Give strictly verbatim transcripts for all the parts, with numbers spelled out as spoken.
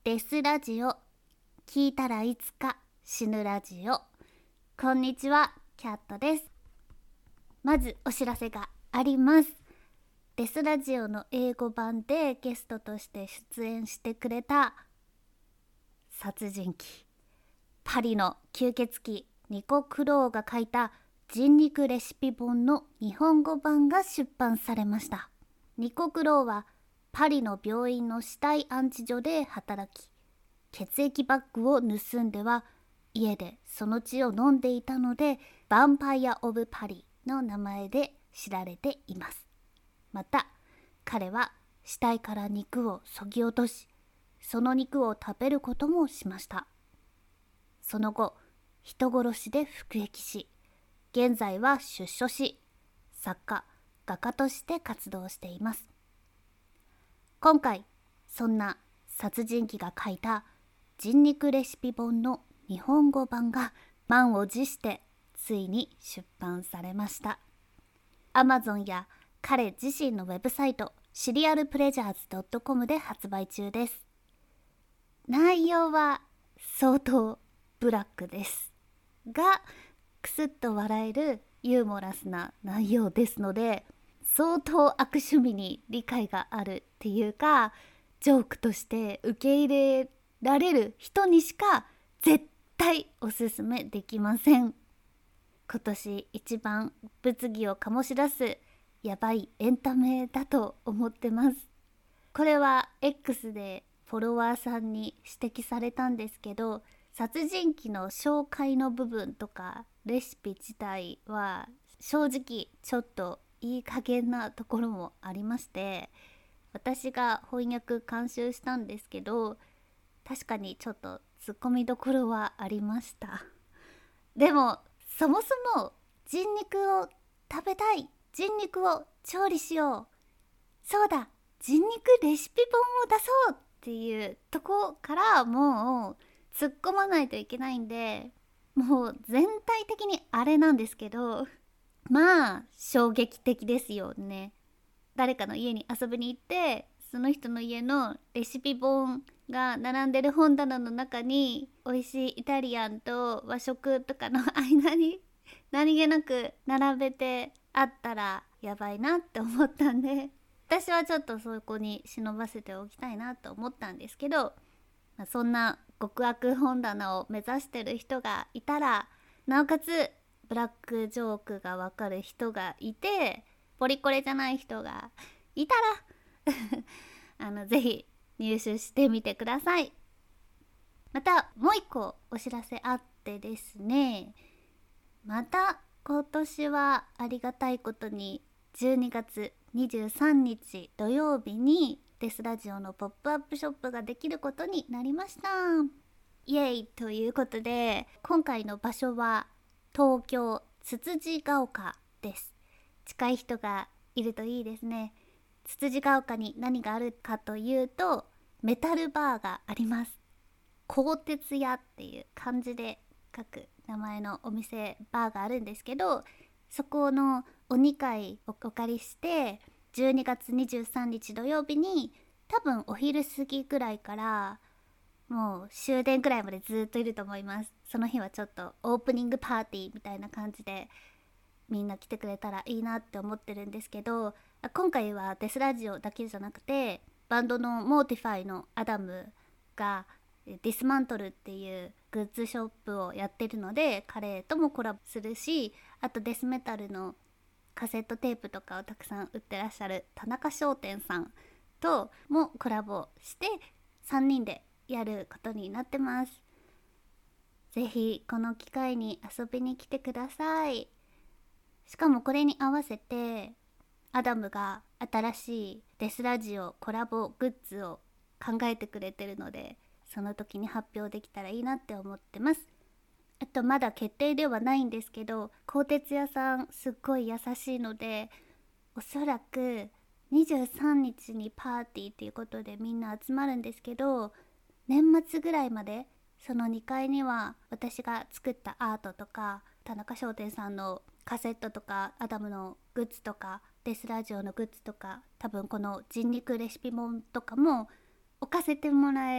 デスラジオ、聞いたらいつか死ぬラジオ。こんにちは、キャットです。まずお知らせがあります。デスラジオの英語版でゲストとして出演してくれた殺人鬼パリの吸血鬼ニコ・クローが書いた人肉レシピ本の日本語版が出版されました。ニコ・クローはパリの病院の死体安置所で働き、血液バッグを盗んでは家でその血を飲んでいたので、ヴァンパイア・オブ・パリの名前で知られています。また彼は死体から肉を削ぎ落とし、その肉を食べることもしました。その後人殺しで服役し、現在は出所し、作家画家として活動しています。今回そんな殺人鬼が書いた人肉レシピ本の日本語版が満を持してついに出版されました。 Amazon や彼自身のウェブサイトシリアルプレジャーズ ドットコム で発売中です。内容は相当ブラックですが、クスッと笑えるユーモラスな内容ですので、相当悪趣味に理解があるっていうか、ジョークとして受け入れられる人にしか絶対おすすめできません。今年一番物議を醸し出すやばいエンタメだと思ってます。これは X でフォロワーさんに指摘されたんですけど、殺人鬼の紹介の部分とかレシピ自体は正直ちょっといい加減なところもありまして、私が翻訳監修したんですけど、確かにちょっとツッコミどころはありました。でもそもそも人肉を食べたい、人肉を調理しよう、そうだ人肉レシピ本を出そうっていうとこからもう突っ込まないといけないんで、もう全体的にあれなんですけど、まあ衝撃的ですよね。誰かの家に遊びに行って、その人の家のレシピ本が並んでる本棚の中に美味しいイタリアンと和食とかの間に何気なく並べてあったらやばいなって思ったんで、私はちょっとそこに忍ばせておきたいなと思ったんですけど、そんな極悪本棚を目指してる人がいたら、なおかつブラックジョークがわかる人がいて、ポリコレじゃない人がいたらあのぜひ入手してみてください。またもう一個お知らせあってですね、また今年はありがたいことにじゅうにがつにじゅうさんにち土曜日にデスラジオのポップアップショップができることになりました。イエイということで、今回の場所は東京つつじが丘です。近い人がいるといいですね。つつじが丘に何があるかというと、メタルバーがあります。鋼鉄屋っていう漢字で書く名前のお店バーがあるんですけど、そこのおにかいをお借りして、じゅうにがつにじゅうさんにち土曜日に多分お昼過ぎぐらいからもう終電ぐらいまでずっといると思います。その日はちょっとオープニングパーティーみたいな感じでみんな来てくれたらいいなって思ってるんですけど、今回はデスラジオだけじゃなくて、バンドのモーティファイのアダムがディスマントルっていうグッズショップをやってるので、彼ともコラボするし、あとデスメタルのカセットテープとかをたくさん売ってらっしゃる田中商店さんともコラボしてさんにんでやることになってます。ぜひこの機会に遊びに来てください。しかもこれに合わせてアダムが新しいデスラジオコラボグッズを考えてくれてるので、その時に発表できたらいいなって思ってます。あとまだ決定ではないんですけど、鋼鉄屋さんすっごい優しいので、おそらくにじゅうさんにちにパーティーっていうことでみんな集まるんですけど、年末ぐらいまでそのにかいには私が作ったアートとか、田中商店さんのカセットとか、アダムのグッズとか、デスラジオのグッズとか、多分この人肉レシピ本とかも置かせてもらえるっ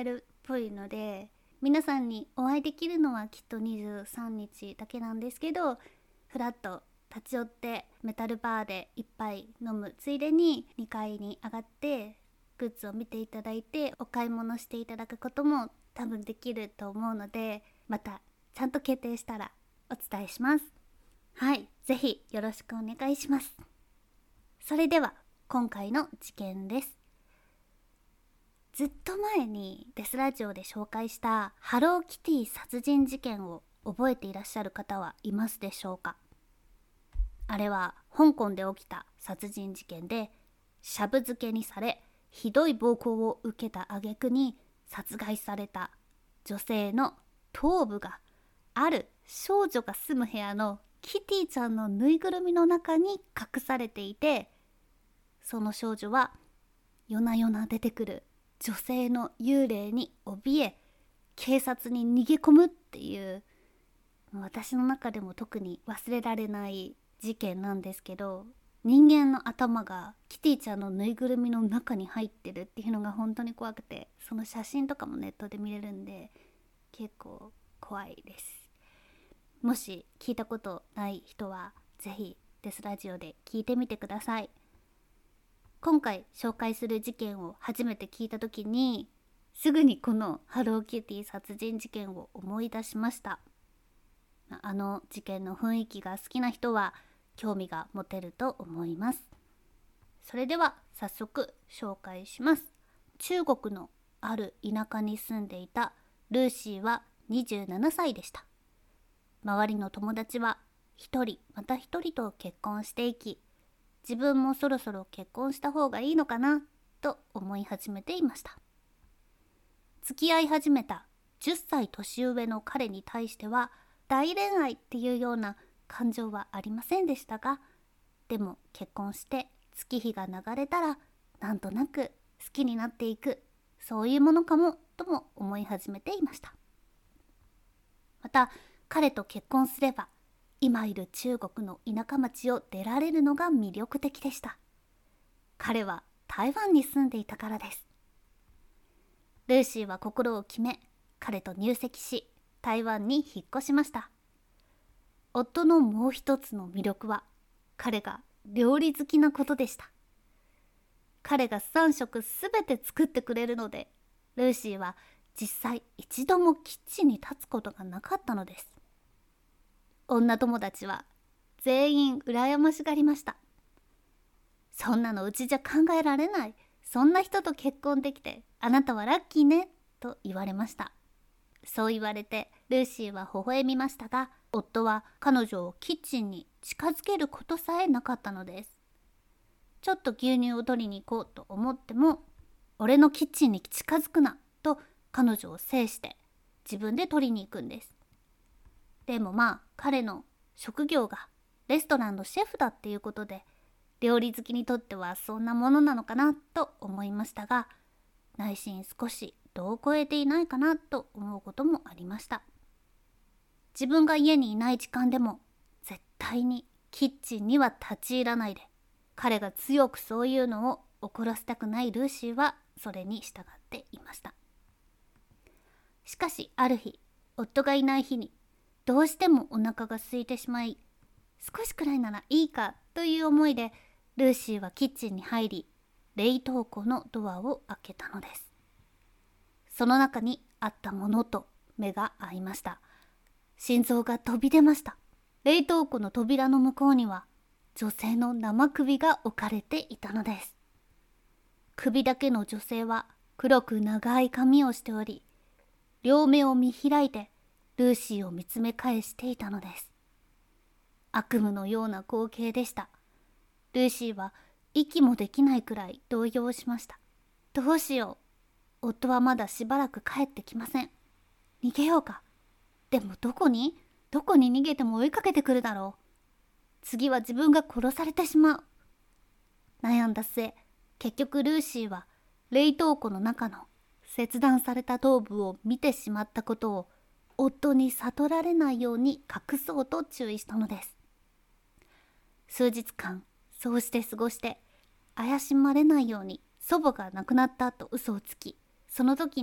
ぽいので、皆さんにお会いできるのはきっとにじゅうさんにちだけなんですけど、ふらっと立ち寄ってメタルバーで一杯飲むついでににかいに上がってグッズを見ていただいてお買い物していただくことも多分できると思うので、またちゃんと決定したらお伝えします。はい、ぜひよろしくお願いします。それでは今回の事件です。ずっと前にデスラジオで紹介したハローキティ殺人事件を覚えていらっしゃる方はいますでしょうか。あれは香港で起きた殺人事件で、しゃぶ漬けにされひどい暴行を受けた挙句に殺害された女性の頭部がある少女が住む部屋のキティちゃんのぬいぐるみの中に隠されていて、その少女は夜な夜な出てくる女性の幽霊に怯え警察に逃げ込むっていう、私の中でも特に忘れられない事件なんですけど、人間の頭がキティちゃんのぬいぐるみの中に入ってるっていうのが本当に怖くて、その写真とかもネットで見れるんで結構怖いです。もし聞いたことない人はぜひデスラジオで聞いてみてください。今回紹介する事件を初めて聞いた時にすぐにこのハローキティ殺人事件を思い出しました。あの事件の雰囲気が好きな人は興味が持てると思います。それでは早速紹介します。中国のある田舎に住んでいたルーシーはにじゅうななさいでした。周りの友達は一人また一人と結婚していき、自分もそろそろ結婚した方がいいのかなと思い始めていました。付き合い始めたじゅっさい年上の彼に対しては大恋愛っていうような感情はありませんでしたが、でも結婚して月日が流れたらなんとなく好きになっていく、そういうものかもとも思い始めていました。また彼と結婚すれば今いる中国の田舎町を出られるのが魅力的でした。彼は台湾に住んでいたからです。ルーシーは心を決め、彼と入籍し台湾に引っ越しました。夫のもう一つの魅力は彼が料理好きなことでした。彼がさん食すべて作ってくれるので、ルーシーは実際一度もキッチンに立つことがなかったのです。女友達は全員羨ましがりました。そんなのうちじゃ考えられない、そんな人と結婚できてあなたはラッキーねと言われました。そう言われてルーシーは微笑みましたが、夫は彼女をキッチンに近づけることさえなかったのです。ちょっと牛乳を取りに行こうと思っても、俺のキッチンに近づくなと彼女を制して自分で取りに行くんです。でもまあ彼の職業がレストランのシェフだっていうことで、料理好きにとってはそんなものなのかなと思いましたが、内心少し度を超えていないかなと思うこともありました。自分が家にいない時間でも絶対にキッチンには立ち入らないで、彼が強くそういうのを怒らせたくないルーシーはそれに従っていました。しかしある日、夫がいない日にどうしてもお腹が空いてしまい、少しくらいならいいかという思いでルーシーはキッチンに入り、冷凍庫のドアを開けたのです。その中にあったものと目が合いました。心臓が飛び出ました。冷凍庫の扉の向こうには女性の生首が置かれていたのです。首だけの女性は黒く長い髪をしており、両目を見開いてルーシーを見つめ返していたのです。悪夢のような光景でした。ルーシーは息もできないくらい動揺しました。どうしよう。夫はまだしばらく帰ってきません。逃げようか。でもどこにどこに逃げても追いかけてくるだろう。次は自分が殺されてしまう。悩んだ末、結局ルーシーは冷凍庫の中の切断された頭部を見てしまったことを夫に悟られないように隠そうと注意したのです。数日間そうして過ごして、怪しまれないように祖母が亡くなったと嘘をつき、その時に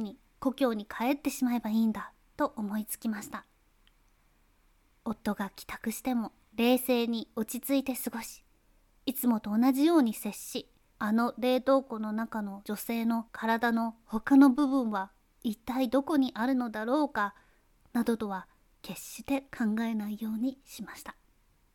故郷に帰ってしまえばいいんだと思いつきました。夫が帰宅しても冷静に落ち着いて過ごし、いつもと同じように接し、あの冷凍庫の中の女性の体の他の部分は一体どこにあるのだろうかなどとは決して考えないようにしました。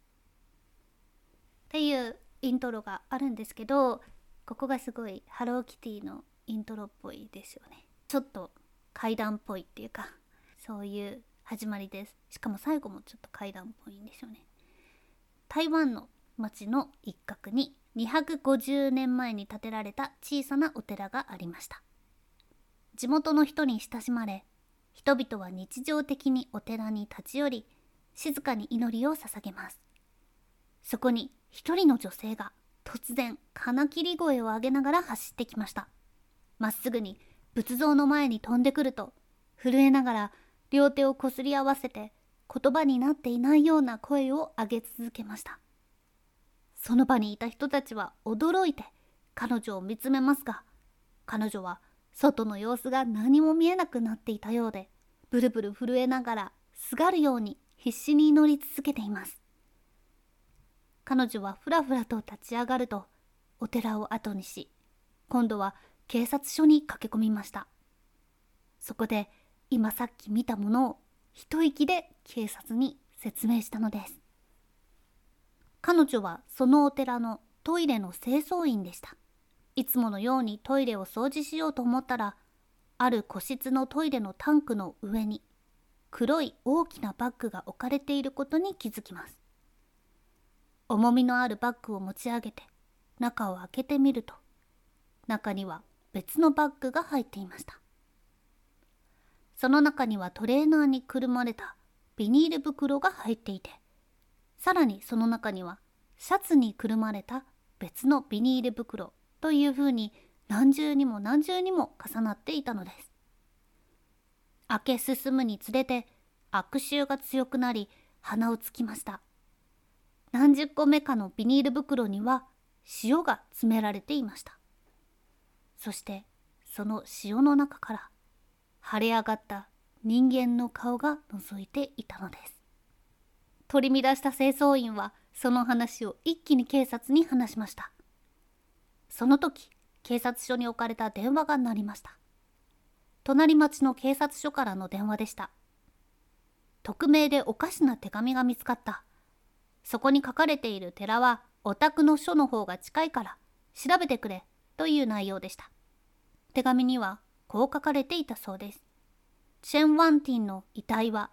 っていうイントロがあるんですけど、ここがすごいハローキティのイントロっぽいですよね。ちょっと怪談っぽいっていうか、そういう始まりです。しかも最後もちょっと怪談っぽいんですよね。台湾の町の一角ににひゃくごじゅうねんまえに建てられた小さなお寺がありました。地元の人に親しまれ、人々は日常的にお寺に立ち寄り、静かに祈りを捧げます。そこに一人の女性が突然金切り声を上げながら走ってきました。まっすぐに仏像の前に飛んでくると、震えながら両手をこすり合わせて言葉になっていないような声を上げ続けました。その場にいた人たちは驚いて彼女を見つめますが、彼女は外の様子が何も見えなくなっていたようで、ブルブル震えながらすがるように必死に祈り続けています。彼女はふらふらと立ち上がると、お寺を後にし、今度は警察署に駆け込みました。そこで今さっき見たものを一息で警察に説明したのです。彼女はそのお寺のトイレの清掃員でした。いつものようにトイレを掃除しようと思ったら、ある個室のトイレのタンクの上に黒い大きなバッグが置かれていることに気づきます。重みのあるバッグを持ち上げて中を開けてみると、中には別のバッグが入っていました。その中にはトレーナーにくるまれたビニール袋が入っていて、さらにその中にはシャツにくるまれた別のビニール袋というふうに何重にも何重にも重なっていたのです。開け進むにつれて悪臭が強くなり、鼻をつきました。何十個目かのビニール袋には塩が詰められていました。そしてその塩の中から腫れ上がった人間の顔が覗いていたのです。取り乱した清掃員はその話を一気に警察に話しました。その時、警察署に置かれた電話が鳴りました。隣町の警察署からの電話でした。匿名でおかしな手紙が見つかった。そこに書かれている寺はお宅の署の方が近いから調べてくれという内容でした。手紙にはこう書かれていたそうです。チェン・ワンティンの遺体は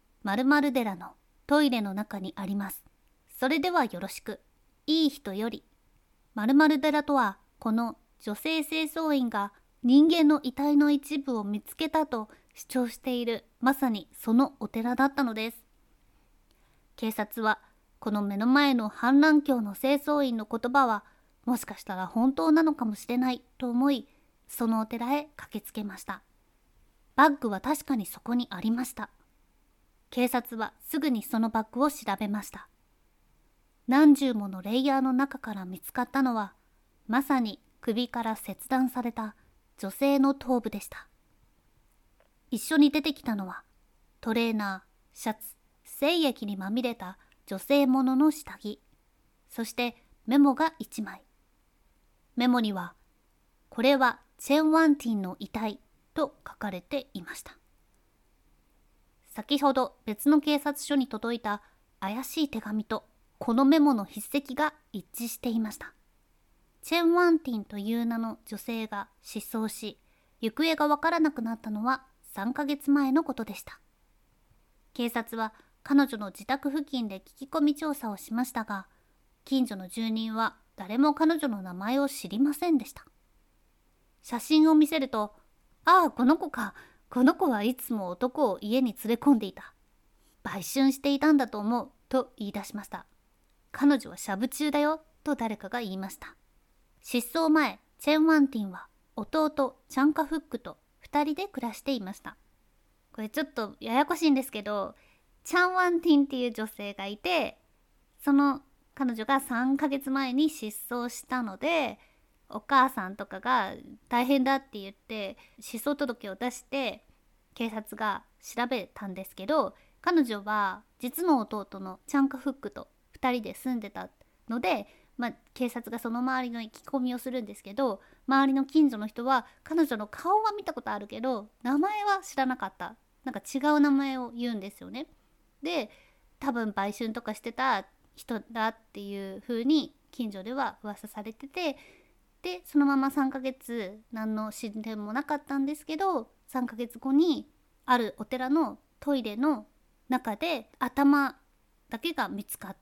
〇〇寺のトイレの中にあります。それではよろしく。いい人より。〇〇寺とは、この女性清掃員が人間の遺体の一部を見つけたと主張している、まさにそのお寺だったのです。警察はこの目の前の反乱教の清掃員の言葉はもしかしたら本当なのかもしれないと思い、そのお寺へ駆けつけました。バッグは確かにそこにありました。警察はすぐにそのバッグを調べました。何重ものレイヤーの中から見つかったのは、まさに首から切断された女性の頭部でした。一緒に出てきたのは、トレーナー、シャツ、精液にまみれた女性ものの下着、そしてメモが一枚。メモには、これはチェン・ワンティンの遺体と書かれていました。先ほど別の警察署に届いた怪しい手紙とこのメモの筆跡が一致していました。チェン・ワンティンという名の女性が失踪し、行方がわからなくなったのはさんかげつまえのことでした。警察は彼女の自宅付近で聞き込み調査をしましたが、近所の住人は誰も彼女の名前を知りませんでした。写真を見せると、ああ、この子か。この子はいつも男を家に連れ込んでいた。売春していたんだと思う、と言い出しました。彼女はシャブ中だよ、と誰かが言いました。失踪前、チェン・ワンティンは弟、チャンカフックと二人で暮らしていました。これちょっとややこしいんですけど、チャン・ワンティンっていう女性がいて、その彼女がさんかげつまえに失踪したので、 お母さんとかが大変だって言って失踪届を出して警察が調べたんですけど、彼女は実の弟のチャンカフックとふたりで住んでたので、まあ、警察がその周りの聞き込みをするんですけど、周りの近所の人は彼女の顔は見たことあるけど名前は知らなかった、なんか違う名前を言うんですよね。で多分売春とかしてた人だっていう風に近所では噂されてて、でそのままさんかげつ何の進展もなかったんですけど、さんかげつごにあるお寺のトイレの中で頭だけが見つかって、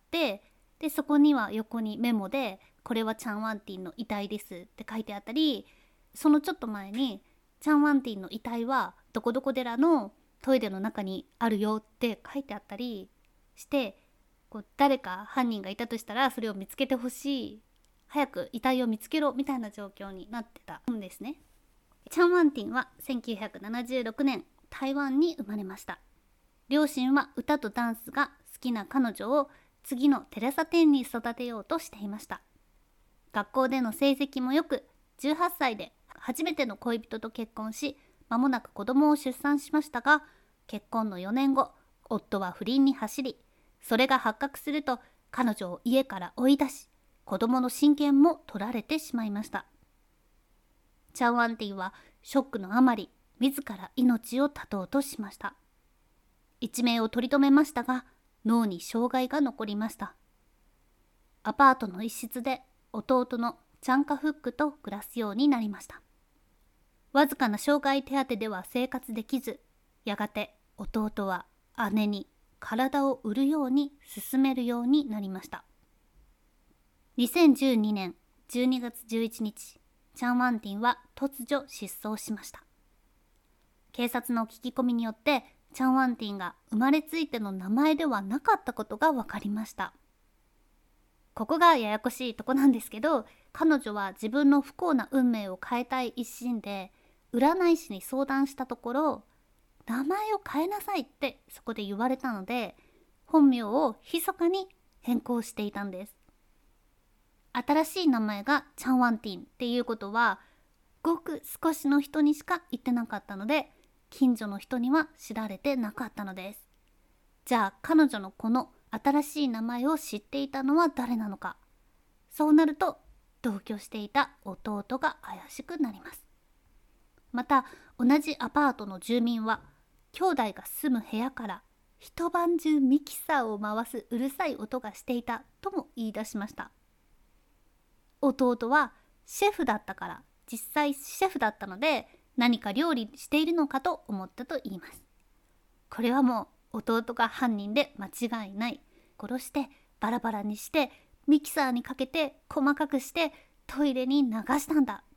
でそこには横にメモでこれはチャンワンティンの遺体ですって書いてあったり、そのちょっと前にチャンワンティンの遺体はどこどこ寺のトイレの中にあるよって書いてあったりして、こう誰か犯人がいたとしたらそれを見つけてほしい、早く遺体を見つけろみたいな状況になってたんですね。チャン・ワンティンはせんきゅうひゃくななじゅうろくねん台湾に生まれました。両親は歌とダンスが好きな彼女を次のテレサ・テンに育てようとしていました。学校での成績もよく、じゅうはっさいで初めての恋人と結婚し、間もなく子供を出産しましたが、結婚のよねんご、夫は不倫に走り、それが発覚すると彼女を家から追い出し、子供の親権も取られてしまいました。チャン・ワンティンはショックのあまり自ら命を絶とうとしました。一命を取り留めましたが、脳に障害が残りました。アパートの一室で弟のチャンカフックと暮らすようになりました。わずかな障害手当では生活できず、やがて弟は姉に体を売るように勧めるようになりました。にせんじゅうにねんじゅうにがつじゅういちにち、チャン・ワンティンは突如失踪しました。警察の聞き込みによってチャン・ワンティンが生まれついての名前ではなかったことが分かりました。ここがややこしいとこなんですけど、彼女は自分の不幸な運命を変えたい一心で占い師に相談したところ、名前を変えなさいってそこで言われたので、本名を密かに変更していたんです。新しい名前がチャン・ワンティンっていうことはごく少しの人にしか言ってなかったので、近所の人には知られてなかったのです。じゃあ彼女のこの新しい名前を知っていたのは誰なのか。そうなると同居していた弟が怪しくなります。また同じアパートの住民は、兄弟が住む部屋から一晩中ミキサーを回すうるさい音がしていたとも言い出しました。弟はシェフだったから、実際シェフだったので何か料理しているのかと思ったと言います。これはもう弟が犯人で間違いない。殺してバラバラにしてミキサーにかけて細かくしてトイレに流したんだって、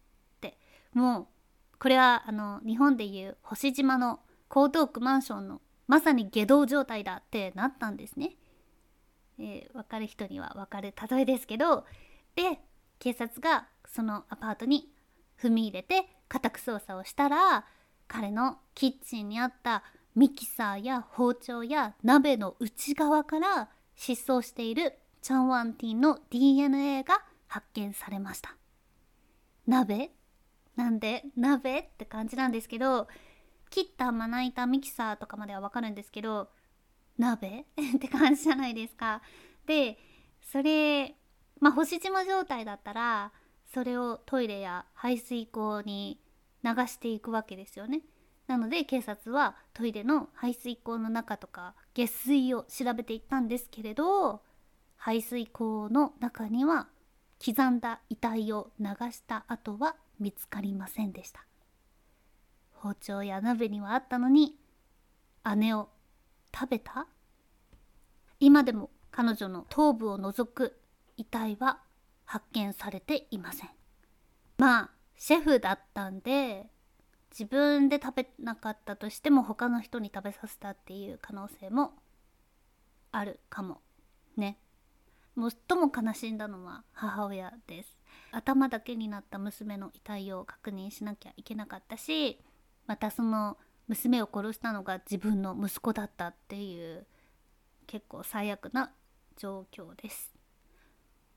もうこれはあの日本でいう星島の江東区マンションのまさに下道状態だってなったんですね。えー、分かる人には分かる例えですけど、で警察がそのアパートに踏み入れて家宅捜査をしたら、彼のキッチンにあったミキサーや包丁や鍋の内側から失踪しているチャン・ワンティンの ディーエヌエー が発見されました。鍋なんで鍋って感じなんですけど、切ったまな板ミキサーとかまではわかるんですけど、鍋って感じじゃないですか。でそれまあ星島状態だったらそれをトイレや排水口に流していくわけですよね。なので警察はトイレの排水口の中とか下水を調べていったんですけれど、排水口の中には刻んだ遺体を流した跡は見つかりませんでした。包丁や鍋にはあったのに姉を食べた？今でも彼女の頭部を除く遺体は発見されていません。まあシェフだったんで自分で食べなかったとしても他の人に食べさせたっていう可能性もあるかもね。最も悲しんだのは母親です。頭だけになった娘の遺体を確認しなきゃいけなかったし、またその娘を殺したのが自分の息子だったっていう結構最悪な状況です。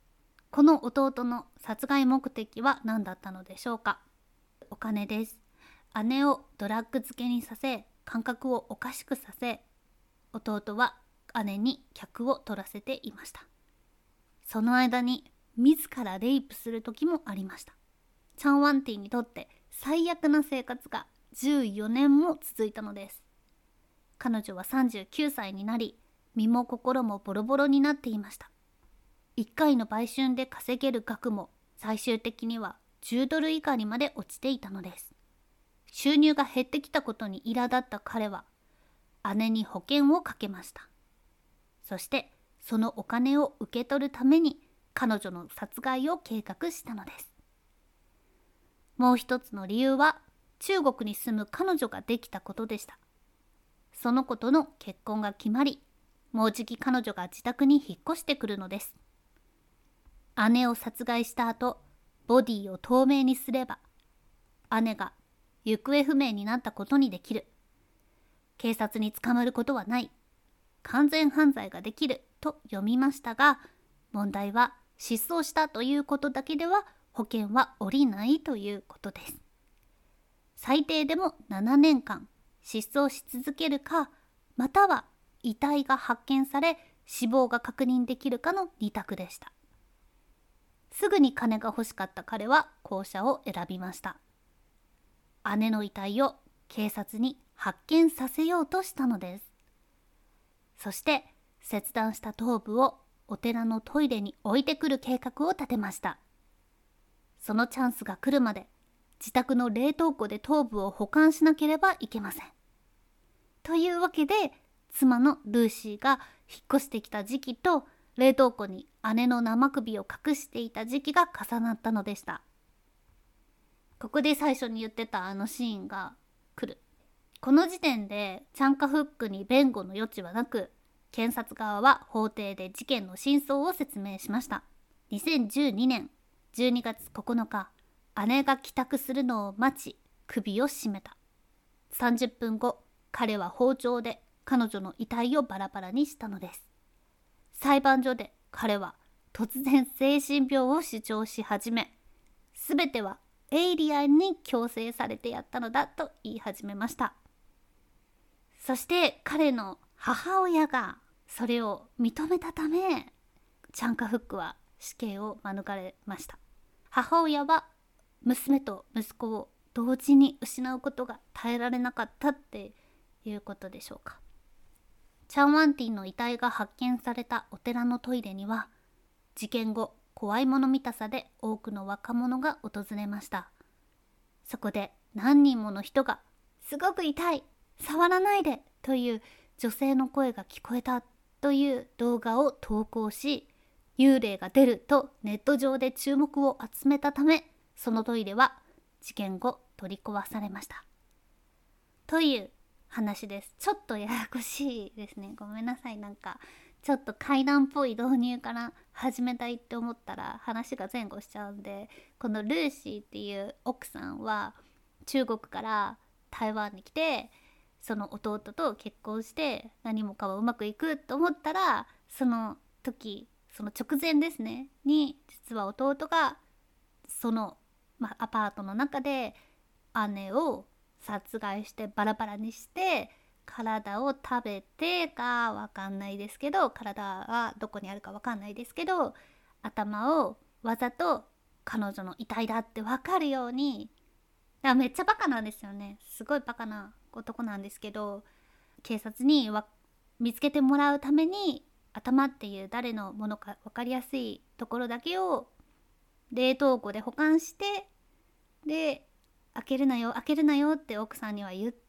この弟の殺害目的は何だったのでしょうか。お金です。姉をドラッグ漬けにさせ、感覚をおかしくさせ、弟は姉に客を取らせていました。その間に自らレイプする時もありました。チャン・ワンティにとって最悪な生活がじゅうよねんも続いたのです。彼女はさんじゅうきゅうさいになり、身も心もボロボロになっていました。いっかいの売春で稼げる額も最終的にはじゅうドル以下にまで落ちていたのです。収入が減ってきたことに苛立った彼は姉に保険をかけました。そしてそのお金を受け取るために彼女の殺害を計画したのです。もう一つの理由は中国に住む彼女ができたことでした。その子との結婚が決まり、もうじき彼女が自宅に引っ越してくるのです。姉を殺害した後、ボディを透明にすれば姉が行方不明になったことにできる。警察に捕まることはない。完全犯罪ができると読みましたが、問題は失踪したということだけでは保険は下りないということです。最低でもななねんかん失踪し続けるか、または遺体が発見され死亡が確認できるかのに択でした。すぐに金が欲しかった彼は後者を選びました。姉の遺体を警察に発見させようとしたのです。そして切断した頭部をお寺のトイレに置いてくる計画を立てました。そのチャンスが来るまで自宅の冷凍庫で頭部を保管しなければいけません。というわけで妻のルーシーが引っ越してきた時期と冷凍庫に姉の生首を隠していた時期が重なったのでした。ここで最初に言ってたあのシーンが来る。この時点でチャンカフックに弁護の余地はなく、検察側は法廷で事件の真相を説明しました。にせんじゅうにねんじゅうにがつここのか、姉が帰宅するのを待ち首を絞めた。さんじゅっぷんご、彼は包丁で彼女の遺体をバラバラにしたのです。裁判所で彼は突然精神病を主張し始め、すべてはエイリアンに強制されてやったのだと言い始めました。そして彼の母親がそれを認めたため、チャンカフックは死刑を免れました。母親は娘と息子を同時に失うことが耐えられなかったっていうことでしょうか。チャン・ワンティンの遺体が発見されたお寺のトイレには、事件後怖いもの見たさで多くの若者が訪れました。そこで何人もの人がすごく痛い、触らないでという女性の声が聞こえたという動画を投稿し、幽霊が出るとネット上で注目を集めたため、そのトイレは事件後取り壊されました。という話です。ちょっとややこしいですね。ごめんなさい。なんかちょっと怪談っぽい導入から始めたいって思ったら話が前後しちゃうんで、このルーシーっていう奥さんは中国から台湾に来て、その弟と結婚して何もかもうまくいくと思ったら、その時その直前ですねに、実は弟がその、まあ、アパートの中で姉を殺害してバラバラにして体を食べてかわかんないですけど、体はどこにあるかわかんないですけど、頭をわざと彼女の遺体だってわかるように、だからめっちゃバカなんですよね。すごいバカな男なんですけど、警察にわ見つけてもらうために頭っていう誰のものか分かりやすいところだけを冷凍庫で保管して、で開けるなよ開けるなよって奥さんには言って、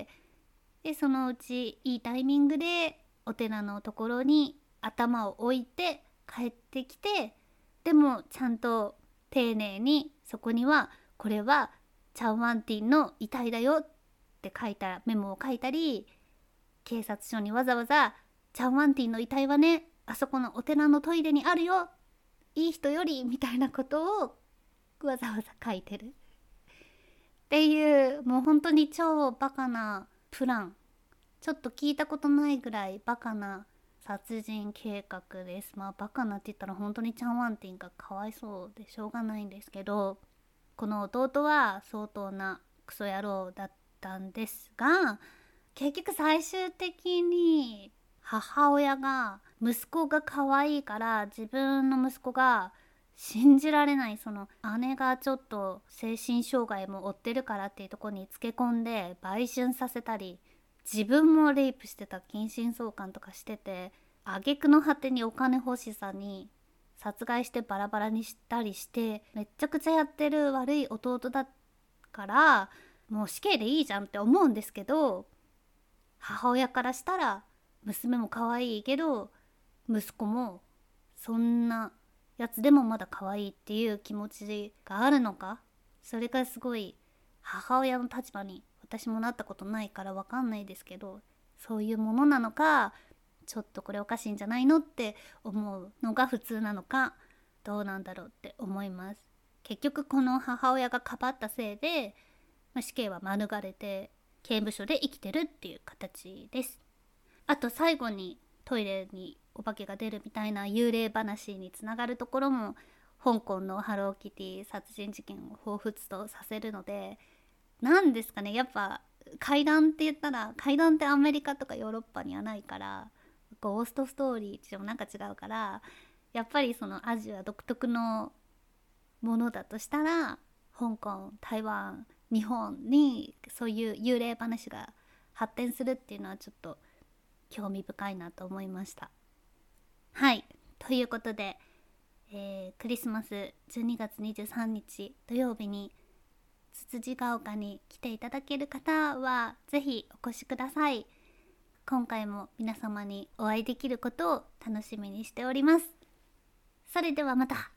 でそのうちいいタイミングでお寺のところに頭を置いて帰ってきて、でもちゃんと丁寧にそこにはこれはチャン・ワンティンの遺体だよって書いたメモを書いたり、警察署にわざわざチャン・ワンティンの遺体はね、あそこのお寺のトイレにあるよ、いい人よりみたいなことをわざわざ書いてるっていう、もう本当に超バカなプラン、ちょっと聞いたことないぐらいバカな殺人計画です。まあバカなって言ったら本当にチャンワンティンがかわいそうでしょうがないんですけど、この弟は相当なクソ野郎だったんですが、結局最終的に母親が息子が可愛いから自分の息子が信じられない、その姉がちょっと精神障害も負ってるからっていうところにつけ込んで売春させたり、自分もレイプしてた、近親相関とかしてて、挙句の果てにお金欲しさに殺害してバラバラにしたりしてめっちゃくちゃやってる悪い弟だから、もう死刑でいいじゃんって思うんですけど、母親からしたら娘も可愛いけど息子もそんなやつでもまだ可愛いっていう気持ちがあるのか、それがすごい母親の立場に私もなったことないから分かんないですけど、そういうものなのか、ちょっとこれおかしいんじゃないのって思うのが普通なのか、どうなんだろうって思います。結局この母親がかばったせいで、まあ、死刑は免れて刑務所で生きてるっていう形です。あと最後にトイレにお化けが出るみたいな幽霊話につながるところも香港のハローキティ殺人事件を彷彿とさせるので、なんですかね、やっぱ怪談って言ったら、怪談ってアメリカとかヨーロッパにはないから、ゴーストストーリーってもなんか違うから、やっぱりそのアジア独特のものだとしたら、香港、台湾、日本にそういう幽霊話が発展するっていうのはちょっと興味深いなと思いました。はい、ということで、えー、クリスマスじゅうにがつにじゅうさんにち土曜日につつじが丘に来ていただける方はぜひお越しください。今回も皆様にお会いできることを楽しみにしております。それではまた。